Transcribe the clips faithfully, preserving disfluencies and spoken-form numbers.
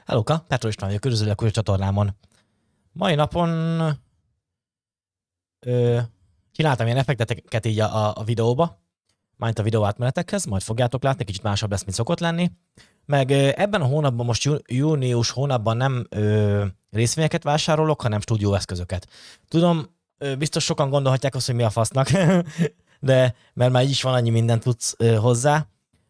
Hellóka, Petro István vagyok, üdvözöllek újra a csatornámon. Mai napon ö, csináltam ilyen effekteket így a, a videóba, majd a videó átmenetekhez, majd fogjátok látni, kicsit másabb lesz, mint szokott lenni. Meg ö, ebben a hónapban, most jú, június hónapban nem ö, részvényeket vásárolok, hanem stúdióeszközöket. Tudom, ö, biztos sokan gondolhatják azt, hogy mi a fasznak, de mert már így is van annyi mindent tudsz ö, hozzá,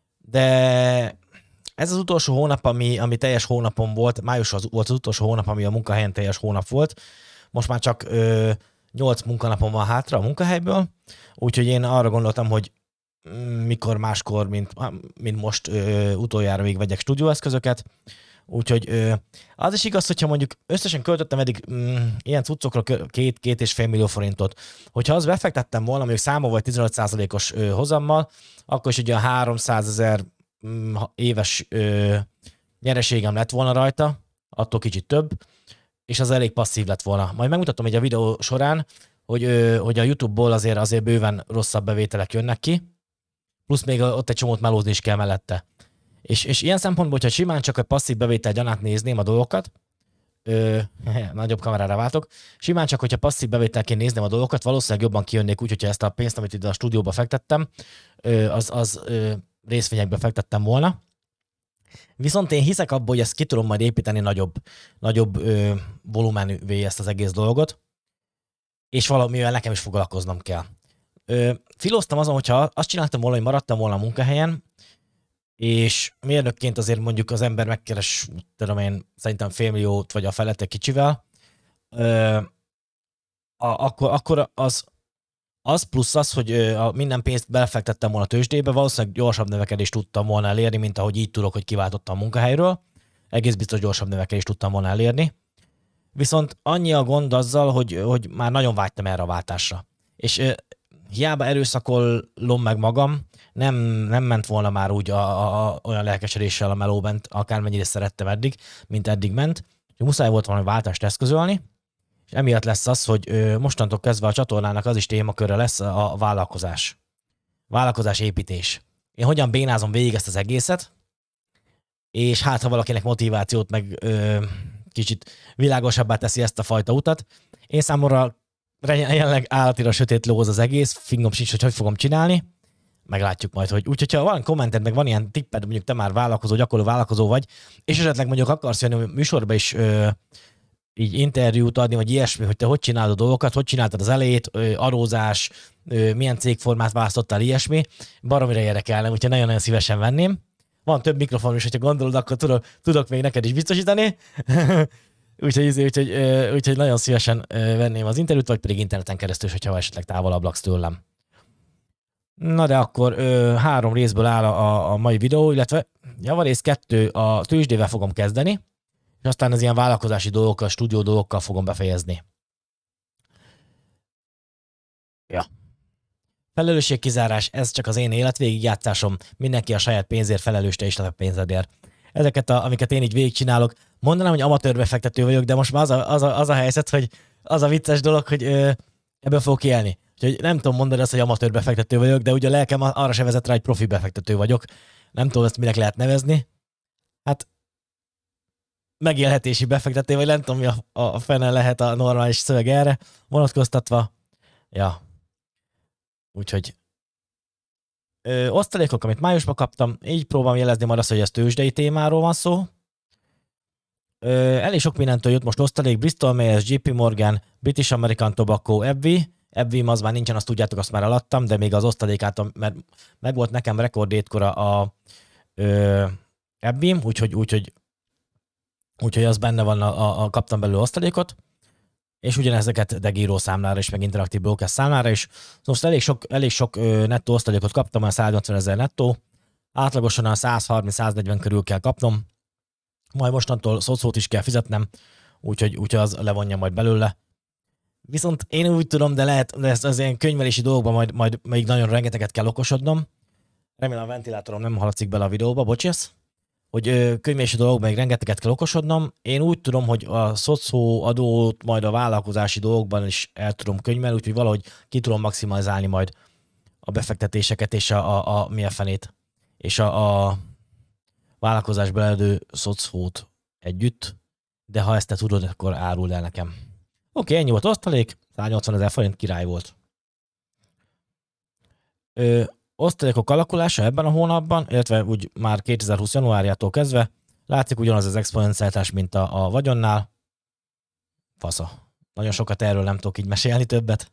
de ez az utolsó hónap, ami, ami teljes hónapom volt, május az, volt az utolsó hónap, ami a munkahelyen teljes hónap volt. Most már csak ö, nyolc munkanapom van hátra a munkahelyből, úgyhogy én arra gondoltam, hogy mikor máskor, mint, mint most ö, utoljára még vegyek stúdióeszközöket. Úgyhogy ö, az is igaz, hogyha mondjuk összesen költöttem eddig mm, ilyen cuccokra két, két és fél millió forintot. Hogyha az befektettem volna, mondjuk számol vagy tizenöt százalékos ö, hozammal, akkor is ugye a háromszázezer éves ö, nyereségem lett volna rajta, attól kicsit több, és az elég passzív lett volna. Majd megmutatom egy a videó során, hogy, ö, hogy a YouTube-ból azért, azért bőven rosszabb bevételek jönnek ki, plusz még ott egy csomót melózni is kell mellette. És, és ilyen szempontból, hogyha simán csak a passzív bevétel gyanát nézném a dolgokat, ö, nagyobb kamerára váltok, simán csak, hogyha passzív bevételként nézném a dolgokat, valószínűleg jobban kijönnék úgy, hogyha ezt a pénzt, amit ide a stúdióba fektettem, ö, az, az ö, részvényekbe fektettem volna. Viszont én hiszek abban, hogy ezt ki tudom majd építeni nagyobb, nagyobb ö, volumenűvé ezt az egész dolgot, és valamivel nekem is foglalkoznom kell. Ö, filóztam azon, hogyha azt csináltam volna, hogy maradtam volna a munkahelyen, és mérnökként azért mondjuk az ember megkeres, tudom én, szerintem félmilliót, vagy a felette kicsivel, ö, a, akkor, akkor az Az plusz az, hogy a minden pénzt belefektettem volna a tőzsdébe, valószínűleg gyorsabb növekedést tudtam volna elérni, mint ahogy így tudok, hogy kiváltottam a munkahelyről. Egész biztos gyorsabb növekedést tudtam volna elérni. Viszont annyi a gond azzal, hogy, hogy már nagyon vágytam erre a váltásra. És uh, hiába erőszakolom meg magam, nem, nem ment volna már úgy a, a, a, olyan lelkesedéssel a melóbent, akármennyire szerettem eddig, mint eddig ment. Muszáj volt valami váltást eszközölni. És emiatt lesz az, hogy ö, mostantól kezdve a csatornának az is témakörre lesz a vállalkozás. Vállalkozás építés. Én hogyan bénázom végig ezt az egészet, és hát ha valakinek motivációt meg ö, kicsit világosabbá teszi ezt a fajta utat. Én számomra jelenleg állatira sötét lóz az egész, fingom sincs, hogy hogy fogom csinálni. Meglátjuk majd, hogy úgy, hogyha van kommented, meg van ilyen tipped, mondjuk te már vállalkozó, gyakorló vállalkozó vagy, és esetleg mondjuk akarsz jönni műsorba is ö, így interjút adni, vagy ilyesmi, hogy te hogy csinálod a dolgokat, hogy csináltad az elejét, arózás, milyen cégformát választottál, ilyesmi, baromira érdekelne, úgyhogy nagyon-nagyon szívesen venném. Van több mikrofon is, hogyha gondolod, akkor tudok, tudok még neked is biztosítani. úgyhogy, úgyhogy, úgyhogy nagyon szívesen venném az interjút, vagy pedig interneten keresztül, hogyha esetleg távolabb laksz tőlem. Na de akkor három részből áll a, a mai videó, illetve javarész kettő a tőzsdével fogom kezdeni, és aztán az ilyen vállalkozási dolgokkal, stúdió dolgokkal fogom befejezni. Ja. Felelősségkizárás, ez csak az én életvégigjátszásom, mindenki a saját pénzért felelős, te is a pénzedért. Ezeket, a, amiket én így végigcsinálok, mondanám, hogy amatőr befektető vagyok, de most már az a, az a, az a helyzet, hogy az a vicces dolog, hogy ö, ebből fogok élni. Úgyhogy nem tudom mondani azt, hogy amatőr befektető vagyok, de ugye a lelkem arra se vezet rá, hogy profi befektető vagyok. Nem tudom ezt minek lehet nevezni. Hát megélhetési befektető, vagy nem tudom, mi a, a fene lehet a normális szöveg erre vonatkoztatva. Ja. Úgyhogy ö, osztalékok, amit májusban kaptam, így próbálom jelezni majd azt, hogy ez tőzsdei témáról van szó. Ö, elég sok mindentől jött most osztalék, Bristol Myers, jé pé Morgan, British American Tobacco, eb vé. eb vé az már nincsen, azt tudjátok, azt már eladtam, de még az osztalékát, mert meg volt nekem rekordétkor a eb vé, úgyhogy, úgyhogy Úgyhogy az benne van, a, a, a kaptam belőle osztalékot, és ugyanezeket degíró számlára is, meg interaktív broker számlára is. Most elég sok, elég sok ö, nettó osztalékot kaptam, a száznyolcvan ezer nettó, átlagosan a száz harminc száz negyven körül kell kapnom, majd mostantól szocót is kell fizetnem, úgyhogy, úgyhogy az levonja majd belőle. Viszont én úgy tudom, de lehet, de ez az ilyen könyvelési dolgokban majd, majd még nagyon rengeteget kell okosodnom. Remélem a ventilátorom nem haladszik bele a videóba, bocsász. Hogy könyvési dolgokban még rengeteget kell okosodnom. Én úgy tudom, hogy a szocó adót majd a vállalkozási dolgokban is el tudom könyvelni, úgyhogy valahogy ki tudom maximalizálni majd a befektetéseket és a, a, a mi a fenét, és a, a vállalkozásba eledő szocót együtt, de ha ezt te tudod, akkor áruld el nekem. Oké, ennyi volt osztalék, száznyolcvan ezer forint, király volt. Ö, osztalékok alakulása ebben a hónapban, illetve úgy már kétezer-húsz januárjától kezdve látszik ugyanaz az exponenciáltás, mint a, a vagyonnál. Fasza. Nagyon sokat erről nem tudok így mesélni többet.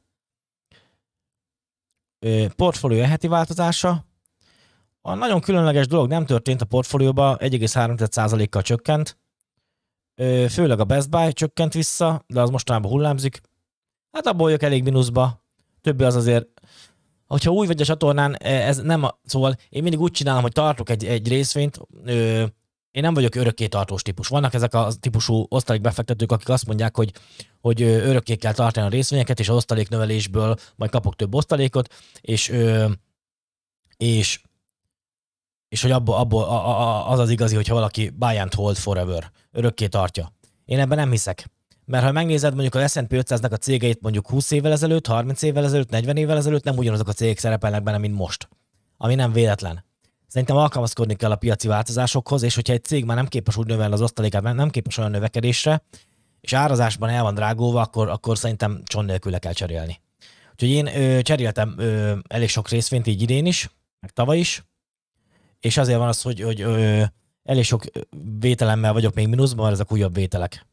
Ö, portfólió heti változása. A nagyon különleges dolog nem történt a portfólióban, egy egész három százalékkal csökkent. Ö, főleg a Best Buy csökkent vissza, de az mostanában hullámzik. Hát abból jök elég mínuszba. Többi az azért, hogyha új vagy a csatornán, ez nem a, szóval én mindig úgy csinálom, hogy tartok egy, egy részvényt, ö, én nem vagyok örökké tartós típus. Vannak ezek a típusú osztalékbefektetők, akik azt mondják, hogy, hogy örökké kell tartani a részvényeket, és az osztaléknövelésből majd kapok több osztalékot, és, ö, és, és hogy abból, abból a, a, az az igazi, hogyha valaki buy and hold forever, örökké tartja. Én ebben nem hiszek. Mert ha megnézed mondjuk az es and pé ötszáznak a cégeit mondjuk húsz évvel ezelőtt, harminc évvel ezelőtt, negyven évvel ezelőtt, nem ugyanazok a cégek szerepelnek benne, mint most. Ami nem véletlen. Szerintem alkalmazkodni kell a piaci változásokhoz, és hogyha egy cég már nem képes úgy növelni az osztalékát, mert nem képes olyan növekedésre, és árazásban el van drágulva, akkor, akkor szerintem cson nélkül le kell cserélni. Úgyhogy én ö, cseréltem ö, elég sok részvényt így idén is, meg tavaly is, és azért van az, hogy, hogy ö, elég sok vételemmel vagyok még mínuszban, mert ezek újabb vételek.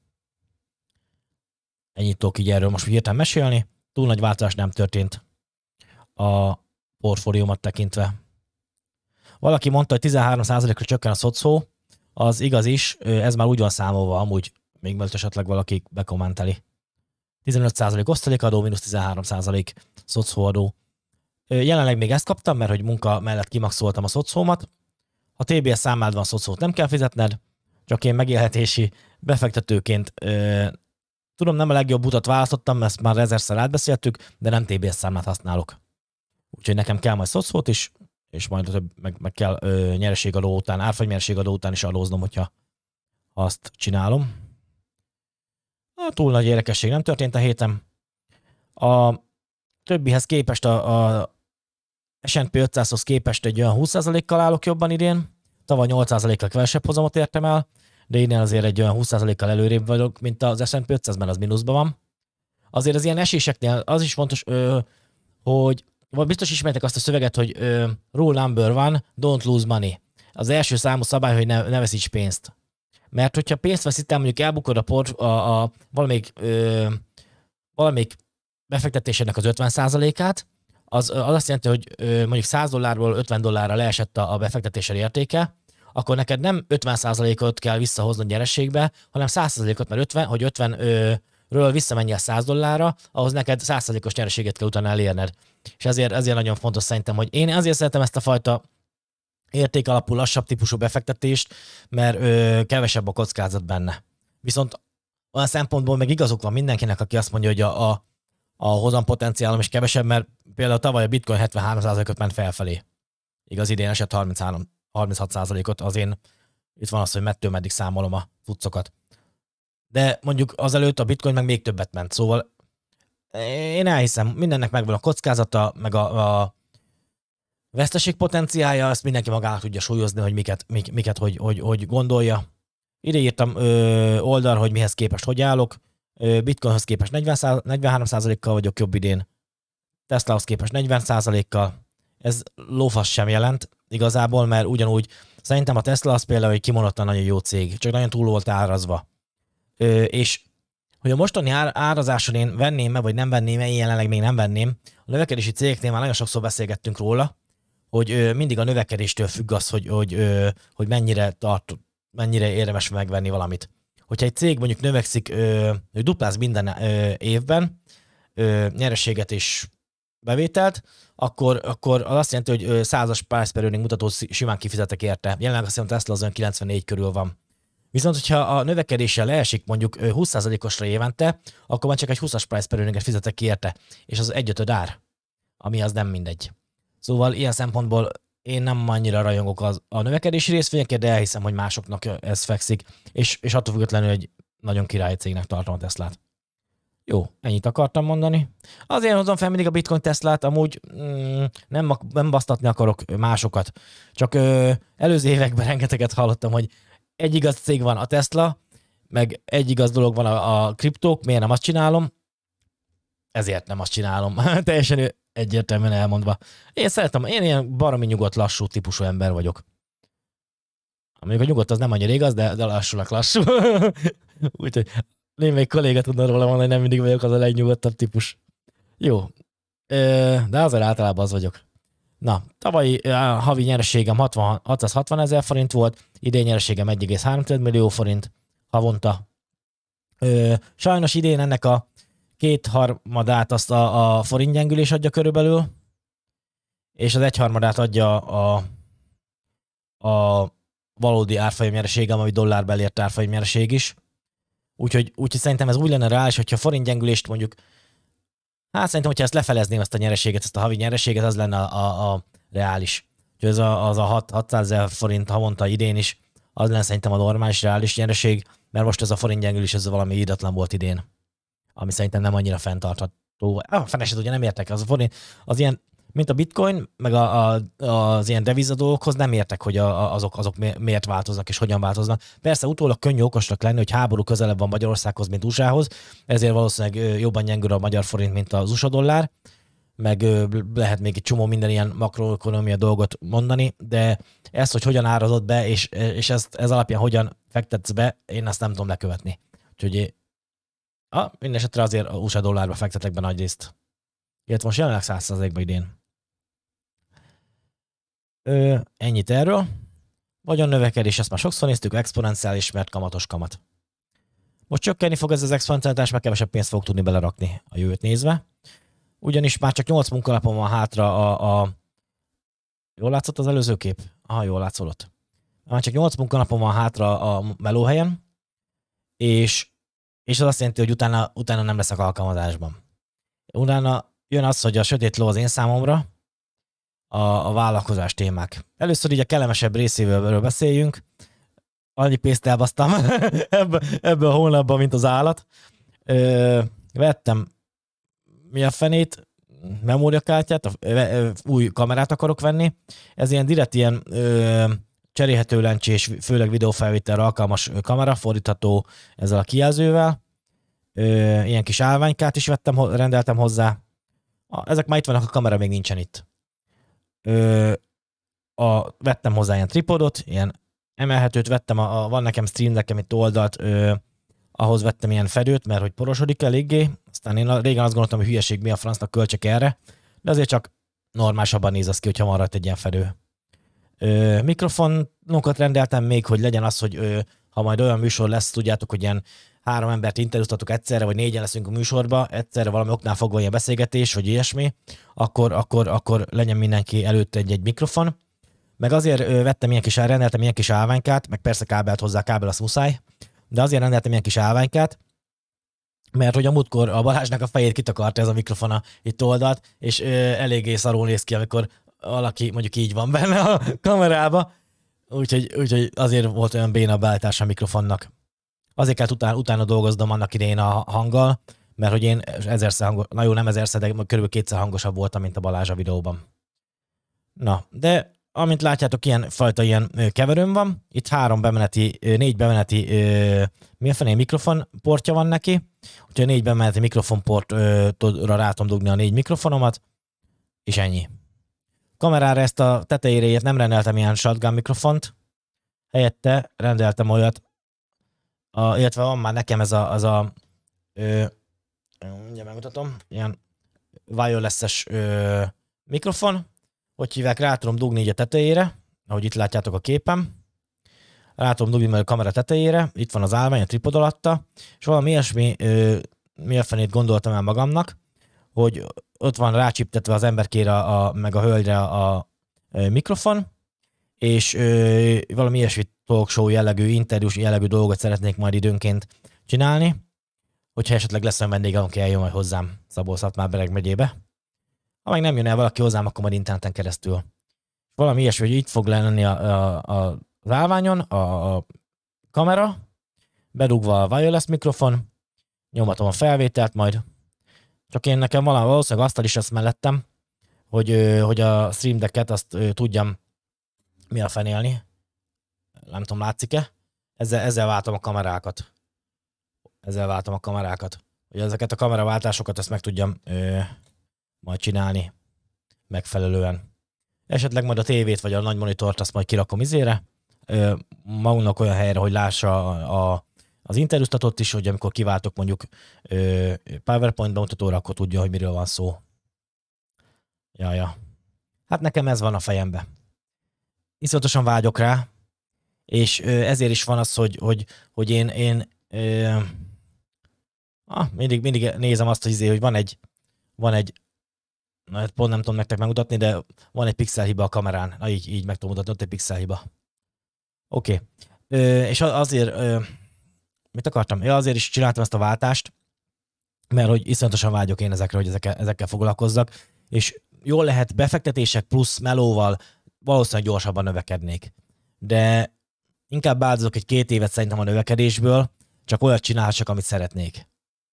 Ennyit tudok így erről most hirtelen mesélni. Túl nagy változás nem történt a portfóliómat tekintve. Valaki mondta, hogy tizenhárom százalékra csökken a szocó, az igaz is, ez már úgy van számolva, amúgy még mert esetleg valaki bekommenteli. tizenöt százalék osztalékadó, mínusz tizenhárom százalék szocóadó. Jelenleg még ezt kaptam, mert hogy munka mellett kimaxoltam a szocómat. Ha té bé es számlád van, szocót nem kell fizetned, csak én megélhetési befektetőként ö, tudom, nem a legjobb utat választottam, ezt már ezerszer átbeszéltük, de nem té bé es számlát használok. Úgyhogy nekem kell majd szocót is, és majd több, meg, meg kell ö, nyereségadó után, árfolyamnyereségadó után is adóznom, hogyha azt csinálom. A túl nagy érdekesség nem történt a héten. A többihez képest, a, a es and pé ötszázhoz képest egy olyan húsz százalékkal állok jobban idén. Tavaly nyolc százalékkal kevesebb hozamot értem el, de innen azért egy olyan húsz százalékkal előrébb vagyok, mint az es and pé ötszáz, mert az mínuszban van. Azért az ilyen eséseknél az is fontos, ö, hogy biztos ismertek azt a szöveget, hogy ö, rule number one, don't lose money. Az első számú szabály, hogy ne, ne veszíts pénzt. Mert hogyha pénzt veszítem, mondjuk elbukod a, port, a, a valamelyik, ö, valamelyik befektetésének az ötven százalékát, az, az azt jelenti, hogy ö, mondjuk száz dollárból ötven dollárra leesett a, a befektetésed értéke, akkor neked nem ötven százalékot kell visszahoznod nyerességbe, hanem száz százalékot, mert ötven, hogy ötvenről visszamenjél száz dollárra, ahhoz neked száz százalékos nyereséget kell utána elérned. És ezért, ezért nagyon fontos szerintem, hogy én azért szeretem ezt a fajta értékalapú, lassabb típusú befektetést, mert ö, kevesebb a kockázat benne. Viszont olyan szempontból meg igazuk van mindenkinek, aki azt mondja, hogy a, a, a hozampotenciálom is kevesebb, mert például tavaly a bitcoin hetvenhárom százalékot ment felfelé. Igaz, idén esett harminchárom, harminchat százalékot, az én itt van az, hogy mettől meddig számolom a cuccokat. De mondjuk azelőtt a bitcoin meg még többet ment, szóval én elhiszem, mindennek megvan a kockázata, meg a, a veszteségpotenciálja, ezt mindenki magának tudja súlyozni, hogy miket, mik, miket hogy, hogy, hogy gondolja. Ide írtam ö, oldalra, hogy mihez képest hogy állok. Ö, Bitcoinhoz képest negyvenhárom százalékkal vagyok jobb idén. Teslahoz képest negyven százalékkal. Ez lófasz sem jelent igazából, mert ugyanúgy szerintem a Tesla az például egy kimondottan nagyon jó cég, csak nagyon túl volt árazva. Ö, és hogy a mostani árazáson én venném-e, vagy nem venném-e, én jelenleg még nem venném. A növekedési cégeknél már nagyon sokszor beszélgettünk róla, hogy ö, mindig a növekedéstől függ az, hogy, hogy, ö, hogy mennyire, tart, mennyire érdemes megvenni valamit. Hogyha egy cég mondjuk növekszik, ö, hogy dupláz minden ö, évben ö, nyereséget és bevételt, akkor, akkor az azt jelenti, hogy százas price per earning mutatót simán kifizetek érte. Jelenleg azt hiszem, Tesla az olyan kilencvennégy körül van. Viszont, hogyha a növekedéssel leesik mondjuk húsz százalékosra évente, akkor már csak egy húszas price per earninget fizetek ki érte, és az egyötöd ár, ami az nem mindegy. Szóval ilyen szempontból én nem annyira rajongok az, a növekedési részvényekért, de elhiszem, hogy másoknak ez fekszik, és, és attól függetlenül egy nagyon király cégnek tartom a Teslát. Jó, ennyit akartam mondani. Azért hozom fel mindig a Bitcoin Teslát, amúgy mm, nem, nem basztatni akarok másokat. Csak ö, előző években rengeteget hallottam, hogy egy igaz cég van, a Tesla, meg egy igaz dolog van a, a kriptók, miért nem azt csinálom, ezért nem azt csinálom. Teljesen egyértelműen elmondva. Én szeretem, én ilyen baromi nyugodt, lassú típusú ember vagyok. Mondjuk a nyugodt az nem annyira igaz, de, de lassúnak lassú. Úgyhogy némelyik kolléga tudna róla mondani, hogy nem mindig vagyok az a legnyugodtabb típus. Jó. De azért általában az vagyok. Na, tavalyi havi nyereségem hatszázhatvan ezer forint volt, idén nyereségem egy egész három millió forint havonta. Sajnos idén ennek a kétharmadát azt a, a forint gyengülés adja körülbelül, és az egyharmadát adja a, a valódi árfolyam nyereségem, ami dollárba elért árfolyam nyereség is. Úgyhogy, úgyhogy szerintem ez úgy lenne reális, hogyha forint gyengülést mondjuk, hát szerintem, hogyha ezt lefelezném, ezt a nyereséget, ezt a havi nyereséget, az lenne a, a, a reális. Úgyhogy ez a, az a hatszázezer forint havonta idén is, az lenne szerintem a normális, reális nyereség, mert most ez a forint gyengülés, ez valami íratlan volt idén, ami szerintem nem annyira fenntartható. Ah, feneset ugye nem értek, az a forint, az ilyen, mint a bitcoin, meg a, a, az ilyen devizadolgokhoz nem értek, hogy a, a, azok, azok miért változnak és hogyan változnak. Persze utólag könnyű okosnak lenni, hogy háború közelebb van Magyarországhoz, mint u es á-hoz, ezért valószínűleg jobban gyengül a magyar forint, mint az u es á dollár, meg lehet még egy csomó minden ilyen makroökonomia dolgot mondani, de ezt, hogy hogyan árazott be, és, és ezt, ez alapján hogyan fektetsz be, én ezt nem tudom lekövetni. Úgyhogy ah, minden esetre azért a u es á dollárba fektetek be nagy részt. Illetve most jelenleg száz százalékban idén. Ö, ennyit erről. Vagyon növekedés, ezt már sokszor néztük, exponenciális, mert kamatos kamat. Most csökkenni fog ez az exponenciális, mert kevesebb pénzt fog tudni belerakni a jövőt nézve. Ugyanis már csak nyolc munkanapon van hátra a... a... Jól látszott az előző kép? Aha, jól látszott. Már csak nyolc munkanapon van hátra a melóhelyen, és, és az azt jelenti, hogy utána, utána nem leszek alkalmazásban. Utána jön az, hogy a sötét ló az én számomra, a, a vállalkozás témák. Először így a kellemesebb részéről beszéljünk. Annyi pénzt elbasztam ebből ebbe a hónapban, mint az állat. Ö, vettem mi a fenét, memóriakártyát, új kamerát akarok venni. Ez ilyen direkt ilyen ö, cserélhető lencsés, főleg videófelvételre alkalmas kamera, fordítható ezzel a kijelzővel. Ö, ilyen kis állványkát is vettem, rendeltem hozzá. Ezek már itt vannak, a kamera még nincsen itt. Ö, a, vettem hozzá ilyen tripodot, ilyen emelhetőt vettem, a, a, van nekem Stream Deckem itt oldalt, ö, ahhoz vettem ilyen fedőt, mert hogy porosodik eléggé. Aztán én régen azt gondoltam, hogy hülyeség, mi a francnak költsek erre, de azért csak normálisabban néz az ki, hogyha van rajta egy ilyen fedő. Ö, mikrofonokat rendeltem még, hogy legyen az, hogy ö, ha majd olyan műsor lesz, tudjátok, hogy ilyen három embert interjúztatok egyszerre, vagy négyen leszünk a műsorba, egyszerre valami oknál fogva ilyen beszélgetés, vagy ilyesmi, akkor, akkor, akkor legyen mindenki előtt egy-egy mikrofon. Meg azért ö, vettem ilyen kis, rendeltem ilyen kis állványkát, meg persze kábelt hozzá, kábel az muszáj, de azért rendeltem ilyen kis állványkát, mert hogy a múltkor a Balázsnak a fejét kitakarta ez a mikrofona itt oldalt, és ö, eléggé szarul néz ki, amikor valaki mondjuk így van benne a kamerába, úgyhogy, úgyhogy azért volt olyan béna beállítás a mikrofonnak. Azért kellett utána, utána dolgoznom annak idején a hanggal, mert hogy én ezerszer hangos, na jó, nem ezerszer, de körülbelül kétszer hangosabb voltam, mint a Balázs a videóban. Na, de amint látjátok, ilyen fajta ilyen keverőm van. Itt három bemeneti, négy bemeneti, mi a fené mikrofon portja van neki. Úgyhogy négy bemeneti mikrofonportra rá tudom dugni a négy mikrofonomat, és ennyi. Kamerára ezt a tetejére nem rendeltem ilyen shotgun mikrofont, helyette rendeltem olyat, a, illetve van már nekem ez a, az a ö, mindjárt megmutatom, ilyen wireless-es ö, mikrofon, hogy hívják, rá tudom dugni így a tetejére, ahogy itt látjátok a képem. Rá tudom dugni a kamera tetejére, itt van az állvány, a tripod alatta, és valami ilyesmi, ö, mi a fenét gondoltam el magamnak, hogy ott van rácsiptetve az emberkére, a, meg a hölgyre a, a mikrofon, és ö, valami ilyesmi talk show jellegű, interjús jellegű dolgot szeretnék majd időnként csinálni, hogyha esetleg lesz olyan vendég, aki eljön majd hozzám Szabolcs-Szatmár-Bereg megyébe. Ha meg nem jön el valaki hozzám, akkor majd interneten keresztül. Valami ilyesmi, hogy itt fog lenni a, a, a, az állványon a, a kamera, bedugva a wireless mikrofon, nyomatom a felvételt majd. Csak én nekem valami valószínűleg asztal is lesz mellettem, hogy, hogy a Stream Decket azt tudjam mi a fenélni. Nem tudom, látszik-e? Ezzel, ezzel váltom a kamerákat. ezzel váltom a kamerákat. Hogy ezeket a kameraváltásokat ezt meg tudjam ö, majd csinálni megfelelően. Esetleg majd a tévét vagy a nagy monitort azt majd kirakom izére, ö, magunknak olyan helyre, hogy lássa a, a, az interjúztatót is, hogy amikor kiváltok mondjuk ö, PowerPoint bemutatóra, akkor tudja, hogy miről van szó. Ja, ja. Hát nekem ez van a fejembe. Iszonyatosan vágyok rá, és ö, ezért is van az, hogy, hogy, hogy én, én ö, ah, mindig, mindig nézem azt, hogy, izé, hogy van egy, van egy, na pont nem tudom nektek megmutatni, de van egy pixelhiba a kamerán. Na így, így meg tudom mutatni, ott egy pixelhiba. Oké. Okay. És azért, ö, mit akartam? Ja, azért is csináltam ezt a váltást, mert hogy iszonyatosan vágyok én ezekre, hogy ezekkel, ezekkel foglalkozzak, és jól lehet befektetések plusz melóval valószínűleg gyorsabban növekednék. De inkább áldozok egy két évet szerintem a növekedésből, csak olyat csinálhassak, amit szeretnék.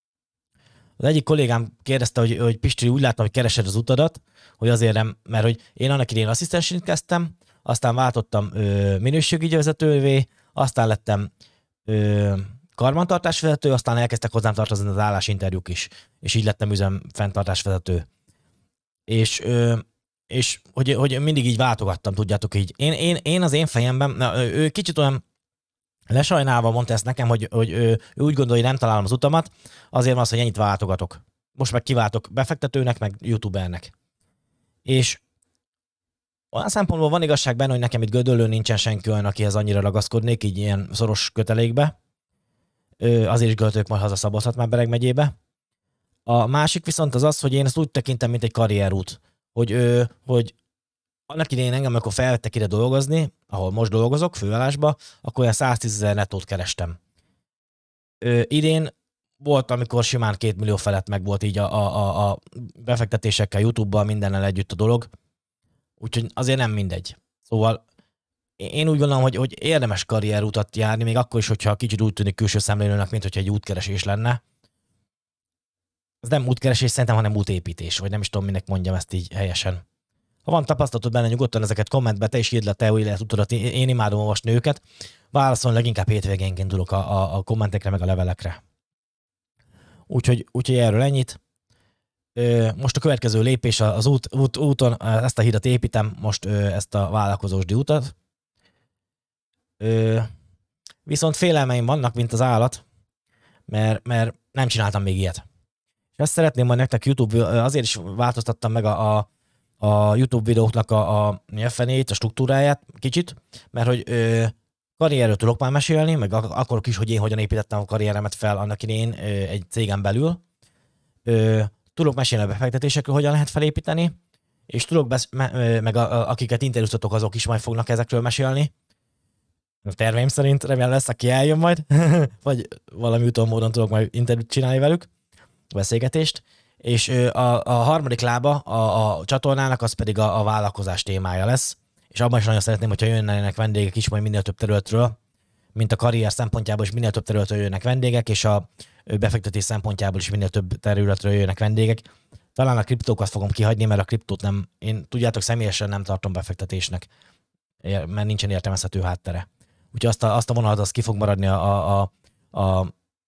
Az egyik kollégám kérdezte, hogy, hogy Pisti, úgy látom, hogy keresed az utadat, hogy azért nem, mert hogy én annak idén asszisztensként kezdtem, aztán váltottam ö, minőségügyvezetővé, aztán lettem ö, karbantartásvezető, aztán elkezdtek hozzám tartozni az állásinterjúk is, és így lettem üzem fenntartásvezető. És, ö, és hogy, hogy mindig így váltogattam, tudjátok így. Én, én, én az én fejemben, na, ő kicsit olyan lesajnálva mondta ezt nekem, hogy, hogy ő, ő úgy gondolja, hogy nem találom az utamat, azért van az, hogy ennyit váltogatok. Most meg kiváltok befektetőnek, meg youtubernek. És olyan szempontból van igazság benne, hogy nekem itt Gödöllőn nincsen senki olyan, akihez annyira ragaszkodnék, így ilyen szoros kötelékbe. Azért is költök majd haza Szabolcs-Szatmár-Bereg megyébe. A másik viszont az az, hogy én ezt úgy tekintem, mint egy karrierút. Hogy, hogy annak idején engem, amikor felvettek ide dolgozni, ahol most dolgozok, főállásba, akkor olyan száztízezer nettót kerestem. Ö, idén volt, amikor simán két millió felett meg volt így a, a, a befektetésekkel, YouTube-bal, mindennel együtt a dolog. Úgyhogy azért nem mindegy. Szóval én úgy gondolom, hogy, hogy érdemes karrierutat járni, még akkor is, hogyha kicsit úgy tűnik külső szemlélőnek, mint hogyha egy útkeresés lenne. Ez nem útkeresés szerintem, hanem útépítés, vagy nem is tudom, minek mondjam ezt így helyesen. Ha van tapasztalatod benne, nyugodtan ezeket kommentbe, te is írd le, te új lehet utadat, én imádom olvasni őket. Válaszolni leginkább hétvégénként tudok a, a, a kommentekre, meg a levelekre. Úgyhogy, úgyhogy erről ennyit. Most a következő lépés az út, út, úton, ezt a hidat építem, most ezt a vállalkozósdi utat. Viszont félelmeim vannak, mint az állat, mert, mert nem csináltam még ilyet. És ezt szeretném majd nektek YouTube, azért is változtattam meg a, a, a YouTube videóknak a, a nyelvfenét, a struktúráját kicsit, mert hogy ö, karrierről tudok már mesélni, meg akkor is, hogy én hogyan építettem a karrieremet fel annak idején ö, egy cégen belül. Ö, tudok mesélni a befektetésekről, hogyan lehet felépíteni, és tudok, besz- me- meg a, a, akiket interjúztatok, azok is majd fognak ezekről mesélni. A terveim szerint remélem lesz, aki eljön majd, vagy valami úton módon tudok majd interjút csinálni velük, beszélgetést. És a, a harmadik lába a, a csatornának az pedig a, a vállalkozás témája lesz, és abban is nagyon szeretném, hogyha jönnek vendégek is majd minél több területről, mint a karrier szempontjából is minél több területről jönnek vendégek, és a befektetés szempontjából is minél több területről jönnek vendégek. Talán a kriptókat fogom kihagyni, mert a kriptót nem, én tudjátok, személyesen nem tartom befektetésnek, mert nincsen értelmezhető háttere. Úgyhogy azt a, azt a vonalat, az ki fog maradni a, a, a, a,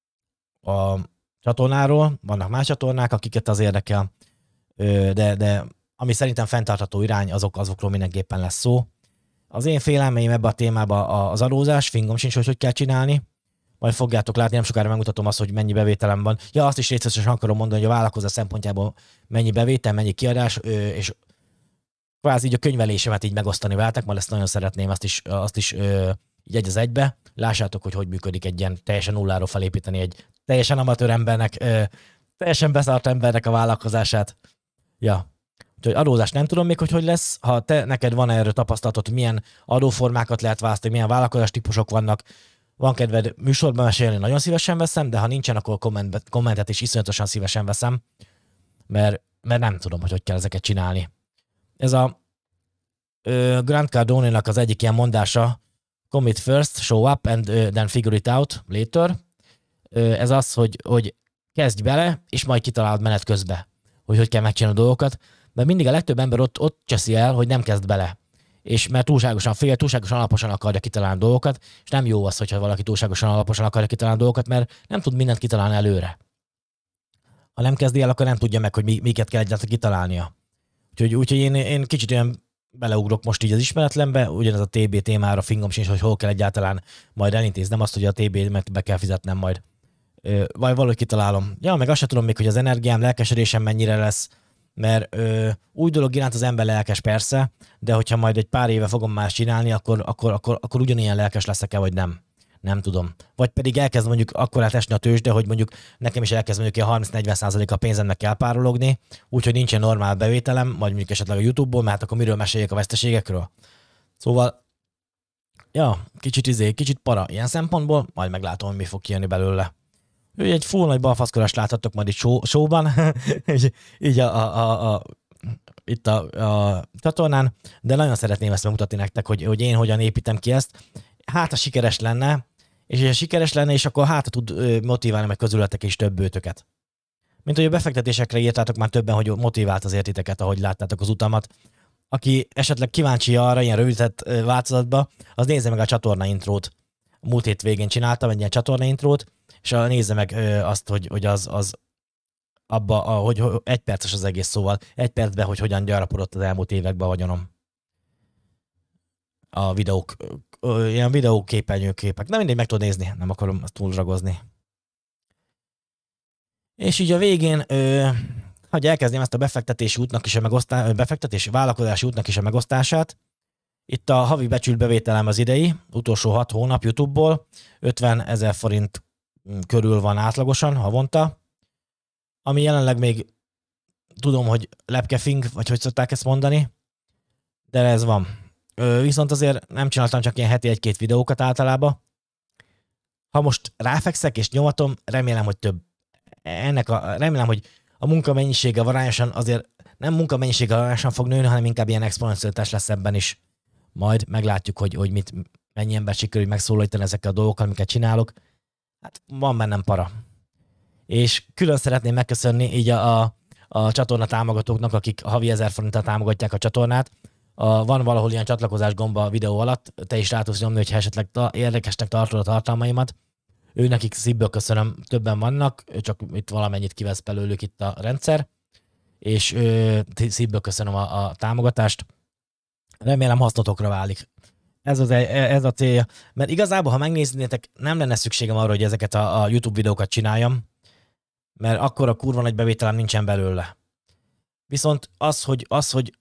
a csatornáról. Vannak más csatornák, akiket az érdekel, de, de ami szerintem fenntartható irány, azok, azokról mindenképpen lesz szó. Az én félelmeim ebbe a témába az adózás, fingom sincs, hogy hogy kell csinálni. Majd fogjátok látni, nem sokára megmutatom azt, hogy mennyi bevételem van. Ja, azt is részletesen akarom mondani, hogy a vállalkozás szempontjából mennyi bevétel, mennyi kiadás, és kvázi így a könyvelésemet így megosztani veletek, majd ezt nagyon szeretném, azt is, azt is így egy az egybe. Lássátok, hogy hogy működik egy ilyen teljesen nulláról felépíteni egy teljesen amatőr embernek, teljesen beszart embernek a vállalkozását. Ja. Úgyhogy adózás nem tudom még, hogy hogy lesz. Ha te, neked van erről tapasztalatod, hogy milyen adóformákat lehet választani, milyen vállalkozás típusok vannak, van kedved műsorban mesélni, nagyon szívesen veszem, de ha nincsen, akkor komment, kommentet is iszonyatosan szívesen veszem, mert, mert nem tudom, hogy hogy kell ezeket csinálni. Ez a ö, Grant Cardone-nak az egyik ilyen mondása, commit first, show up, and uh, then figure it out later. Ö, ez az, hogy, hogy kezdj bele, és majd kitalálod menet közben, hogy hogy kell megcsinálni a dolgokat, mert mindig a legtöbb ember ott, ott cseszi el, hogy nem kezd bele. és mert túlságosan fél, túlságosan alaposan akarja kitalálni dolgokat, és nem jó az, hogyha valaki túlságosan alaposan akarja kitalálni dolgokat, mert nem tud mindent kitalálni előre. Ha nem kezdi el, akkor nem tudja meg, hogy mi, miket kell egyáltalán kitalálnia. Úgyhogy, úgyhogy én, én kicsit olyan beleugrok most így az ismeretlenbe, ugyanez a té bé témára fingom sincs, hogy hol kell egyáltalán majd elintéznem azt, hogy a té bé-met be kell fizetnem majd. Ö, vagy valahogy kitalálom. Ja, meg azt sem tudom még, hogy az energiám, lelkesedésem mennyire lesz, mert ö, új dolog iránt az ember lelkes persze, de hogyha majd egy pár éve fogom más csinálni, akkor, akkor, akkor, akkor ugyanilyen lelkes leszek-e, vagy nem. Nem tudom. Vagy pedig elkezd mondjuk akkor esni a tőzsde, hogy mondjuk nekem is elkezd mondjuk a harminc-negyven százalék a pénzemnek elpárologni, úgyhogy nincsen normál bevételem, majd mondjuk esetleg a YouTube-ból, mert akkor miről meséljek a veszteségekről. Szóval, ja, kicsit izé, kicsit para ilyen szempontból, majd meglátom, hogy mi fog kijönni belőle. Ő egy full nagy balfaszkorást láthattok majd itt show, showban, így, így a, a, a, a, itt a, a csatornán, de nagyon szeretném ezt megmutatni nektek, hogy, hogy én hogyan építem ki ezt. Hát, ha sikeres lenne, és ha sikeres lenne, és akkor hát tud motiválni meg közületek is több bőtöket. Mint hogy a befektetésekre írtátok már többen, hogy motivált az értiteket, ahogy láttátok az utamat. Aki esetleg kíváncsi arra, ilyen rövidített változatba, az nézze meg a csatorna intrót. A múlt hét végén csináltam egy ilyen csatorna intrót, és nézze meg azt, hogy, hogy az, az abba, a, hogy egy perces az egész, szóval egy percben, hogy hogyan gyarapodott az elmúlt években a vagyonom. A videók, ilyen videóképernyőképek. Nem mindegy, meg tudod nézni, nem akarom azt túlragozni. És így a végén, ö, hogy elkezdjem ezt a befektetési útnak is a megosztását, befektetési vállalkozási útnak is a megosztását. Itt a havi becsült bevételem az idei, utolsó hat hónap YouTube-ból, ötven ezer forint körül van átlagosan havonta, ami jelenleg még tudom, hogy lepkefing, vagy hogy szokták ezt mondani, de ez van. Ö, viszont azért nem csináltam csak ilyen heti egy-két videókat általában. Ha most ráfekszek és nyomatom, remélem, hogy több. Ennek a, remélem, hogy a munkamennyisége arányosan azért nem munkamennyisége arányosan fog nőni, hanem inkább ilyen exponenciális lesz ebben is. Majd meglátjuk, hogy, hogy mit, mennyi ember sikerül megszólítani ezekkel a dolgokkal, amiket csinálok. Hát van bennem para. És külön szeretném megköszönni így a, a, a csatorna támogatóknak, akik havi ezer forinttal támogatják a csatornát. A, van valahol ilyen csatlakozás gomba a videó alatt, te is rá tudsz nyomni, hogyha esetleg ta, érdekesnek tartod a tartalmaimat. Ő nekik szívből köszönöm, többen vannak, csak itt valamennyit kivesz belőlük itt a rendszer, és ő, szívből köszönöm a, a támogatást. Remélem hasznotokra válik. Ez, az, ez a célja. Mert igazából, ha megnéznétek, nem lenne szükségem arra, hogy ezeket a, a YouTube videókat csináljam, mert akkor a kurva nagy bevételem nincsen belőle. Viszont az, hogy, az, hogy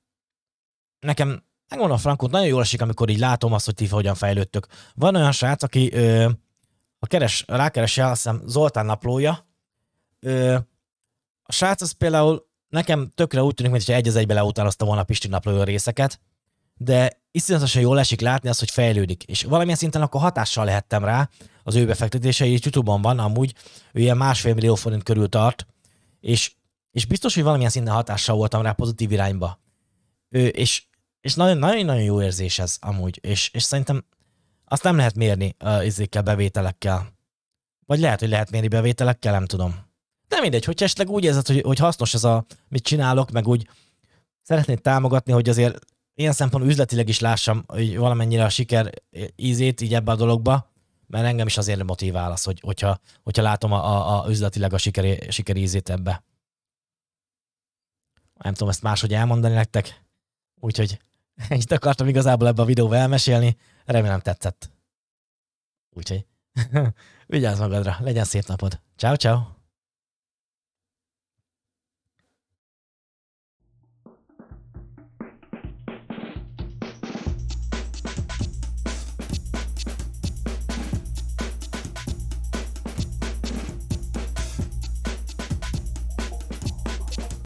nekem, megmondom a frankot, nagyon jól esik, amikor így látom azt, hogy ti hogyan fejlődtök. Van olyan srác, aki ö, a keres, rákeresel, azt hiszem Zoltán naplója. Ö, a srác az például nekem tökre úgy tűnik, mintha egy az egybe leutánozta volna a Pisti naplója részeket, de iszonyatosan jól esik látni azt, hogy fejlődik. És valamilyen szinten akkor hatással lehettem rá, az ő befektetései, és YouTube-on van amúgy, ő ilyen másfél millió forint körül tart, és, és biztos, hogy valamilyen szinten hatással voltam rá pozitív irányba. Ő, és és nagyon-nagyon jó érzés ez amúgy, és, és szerintem azt nem lehet mérni uh, izékkel, bevételekkel. Vagy lehet, hogy lehet mérni bevételekkel, nem tudom. De mindegy, hogyha esetleg úgy érzed, hogy, hogy hasznos ez a, mit csinálok, meg úgy szeretnéd támogatni, hogy azért ilyen szempontból üzletileg is lássam, hogy valamennyire a siker ízét így ebbe a dologba, mert engem is azért motivál az, hogy, hogyha, hogyha látom a, a, a üzletileg a siker, siker ízét ebbe. Nem tudom ezt máshogy elmondani nektek, úgyhogy ennyit akartam igazából ebbe a videóba elmesélni, remélem tetszett. Úgyhogy vigyázz magadra, legyen szép napod. Ciao, ciao.